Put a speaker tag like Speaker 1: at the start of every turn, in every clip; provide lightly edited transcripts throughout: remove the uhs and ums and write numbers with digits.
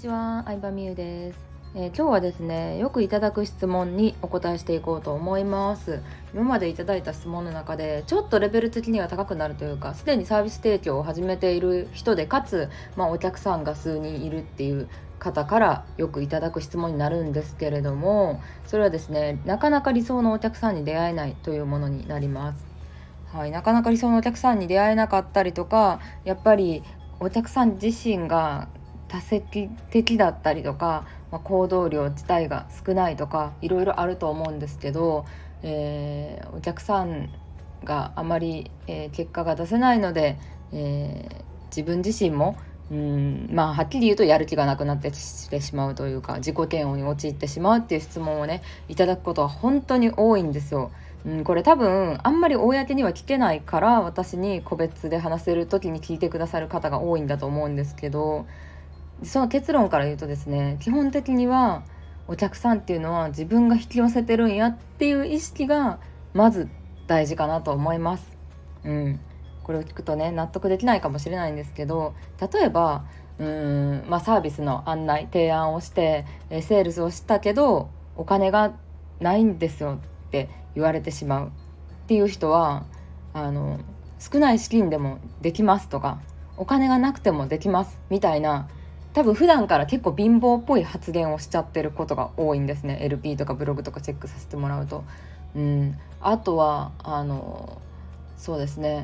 Speaker 1: は、相葉美優です。今日はですね、よくいただく質問にお答えしていこうと思います。今までいただいた質問の中でちょっとレベル的には高くなるというか、すでにサービス提供を始めている人で、かつ、お客さんが数人いるっていう方からよくいただく質問になるんですけれども、それはですね、なかなか理想のお客さんに出会えないというものになります。はい、なかなか理想のお客さんに出会えなかったりとか、やっぱりお客さん自身が多責的だったりとか、行動量自体が少ないとか、いろいろあると思うんですけど、お客さんがあまり、結果が出せないので、自分自身もはっきり言うとやる気がなくなってしてしまうというか、自己嫌悪に陥ってしまうっていう質問をね、いただくことは本当に多いんですよ。これ多分あんまり公には聞けないから、私に個別で話せる時に聞いてくださる方が多いんだと思うんですけど、その結論から言うとですね、基本的にはお客さんっていうのは自分が引き寄せてるんやっていう意識がまず大事かなと思います。これを聞くとね、納得できないかもしれないんですけど、例えばサービスの案内提案をして、セールスをしたけどお金がないんですよって言われてしまうっていう人は、少ない資金でもできますとか、お金がなくてもできますみたいな、多分普段から結構貧乏っぽい発言をしちゃってることが多いんですね。 LP とかブログとかチェックさせてもらうと。あとはそうですね、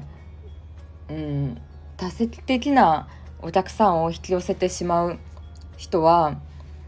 Speaker 1: 多責的なお客さんを引き寄せてしまう人は、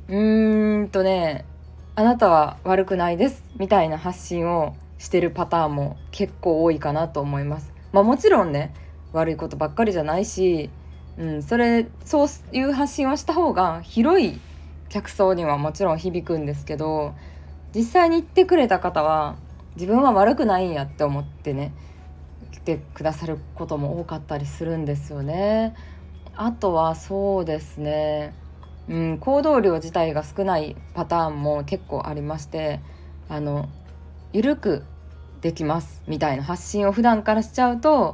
Speaker 1: あなたは悪くないですみたいな発信をしてるパターンも結構多いかなと思います。もちろんね、悪いことばっかりじゃないし、そういう発信をした方が広い客層にはもちろん響くんですけど、実際に言ってくれた方は自分は悪くないんやって思ってね、来てくださることも多かったりするんですよね。あとはそうですね、行動量自体が少ないパターンも結構ありまして、ゆるくできますみたいな発信を普段からしちゃうと、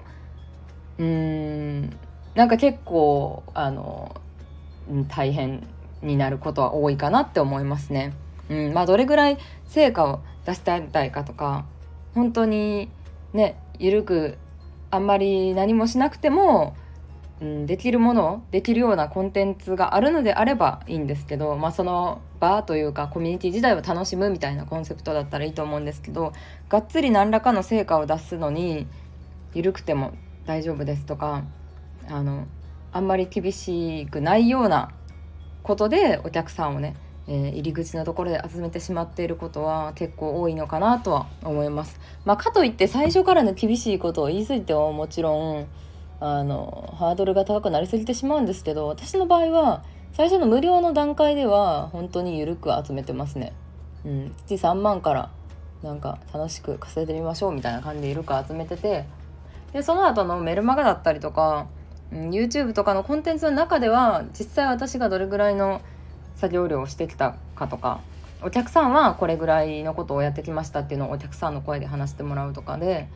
Speaker 1: 結構大変になることは多いかなって思いますね。どれぐらい成果を出したいかとか、本当にね、ゆるくあんまり何もしなくても、できるもの、できるようなコンテンツがあるのであればいいんですけど、その場というかコミュニティ自体を楽しむみたいなコンセプトだったらいいと思うんですけど、がっつり何らかの成果を出すのにゆるくても大丈夫ですとか、あんまり厳しくないようなことでお客さんをね、入り口のところで集めてしまっていることは結構多いのかなとは思います。かといって最初からの厳しいことを言い過ぎてももちろんハードルが高くなりすぎてしまうんですけど、私の場合は最初の無料の段階では本当に緩く集めてますね。月3万から楽しく稼いでみましょうみたいな感じで緩く集めてて、でその後のメルマガだったりとか、YouTube とかのコンテンツの中では実際私がどれぐらいの作業量をしてきたかとか、お客さんはこれぐらいのことをやってきましたっていうのをお客さんの声で話してもらうとかで、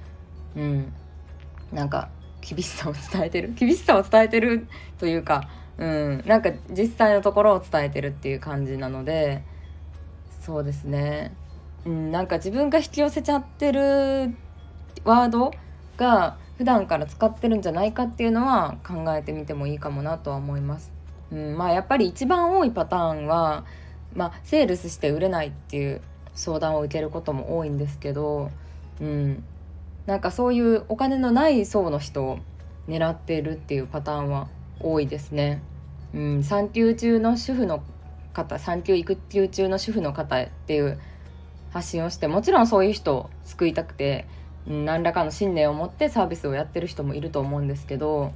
Speaker 1: 厳しさを伝えてるというか、実際のところを伝えてるっていう感じなので、そうですね、自分が引き寄せちゃってるワードが普段から使ってるんじゃないかっていうのは考えてみてもいいかもなとは思います。やっぱり一番多いパターンは、セールスして売れないっていう相談を受けることも多いんですけど、そういうお金のない層の人を狙っているっていうパターンは多いですね。産休中の主婦の方、産休育休中の主婦の方っていう発信をして、もちろんそういう人を救いたくて、何らかの信念を持ってサービスをやってる人もいると思うんですけど、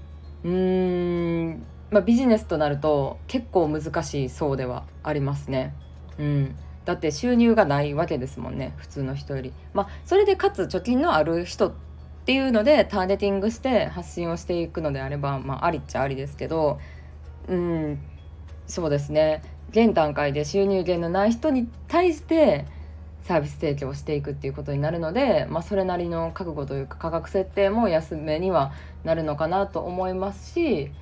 Speaker 1: ビジネスとなると結構難しい層ではありますね。だって収入がないわけですもんね、普通の人より。それでかつ貯金のある人っていうのでターゲティングして発信をしていくのであれば、ありっちゃありですけど、そうですね、現段階で収入源のない人に対してサービス提供をしていくっていうことになるので、それなりの覚悟というか価格設定も安めにはなるのかなと思いますし、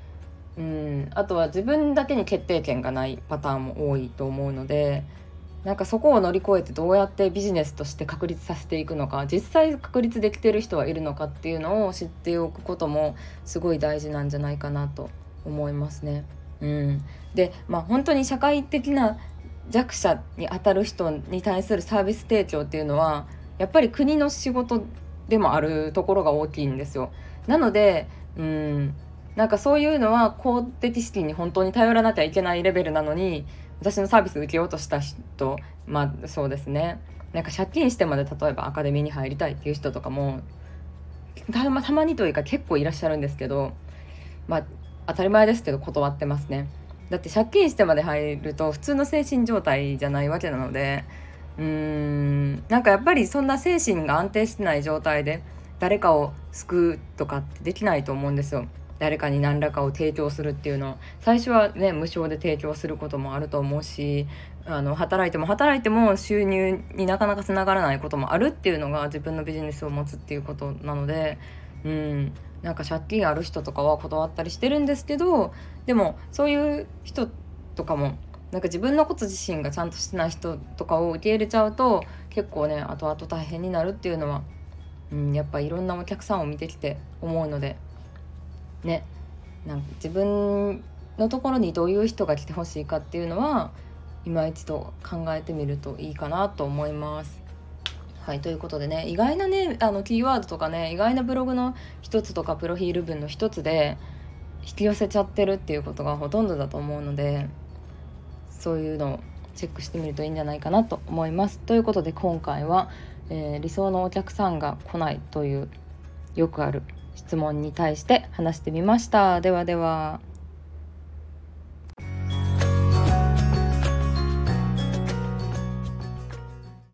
Speaker 1: あとは自分だけに決定権がないパターンも多いと思うので、なんかそこを乗り越えてどうやってビジネスとして確立させていくのか、実際確立できてる人はいるのかっていうのを知っておくこともすごい大事なんじゃないかなと思いますね。で、本当に社会的な弱者に当たる人に対するサービス提供っていうのはやっぱり国の仕事でもあるところが大きいんですよ。なのでなんかそういうのは公的資金に本当に頼らなきゃいけないレベルなのに、私のサービス受けようとした人、そうですね、なんか借金してまで例えばアカデミーに入りたいっていう人とかもたまにというか結構いらっしゃるんですけど、当たり前ですけど断ってますね。だって借金してまで入ると普通の精神状態じゃないわけなので、なんかやっぱりそんな精神が安定してない状態で誰かを救うとかってできないと思うんですよ。誰かに何らかを提供するっていうのは最初はね無償で提供することもあると思うし、働いても収入になかなかつながらないこともあるっていうのが自分のビジネスを持つっていうことなので、なんか借金ある人とかは断ったりしてるんですけど、でもそういう人とかもなんか自分のこと自身がちゃんとしてない人とかを受け入れちゃうと結構ね後々大変になるっていうのは、やっぱいろんなお客さんを見てきて思うのでね、なんか自分のところにどういう人が来てほしいかっていうのは今一度考えてみるといいかなと思います。はい、ということでね、意外なねキーワードとかね、意外なブログの一つとかプロフィール文の一つで引き寄せちゃってるっていうことがほとんどだと思うので、そういうのをチェックしてみるといいんじゃないかなと思います。ということで今回は、理想のお客さんが来ないというよくある質問に対して話してみました。ではでは。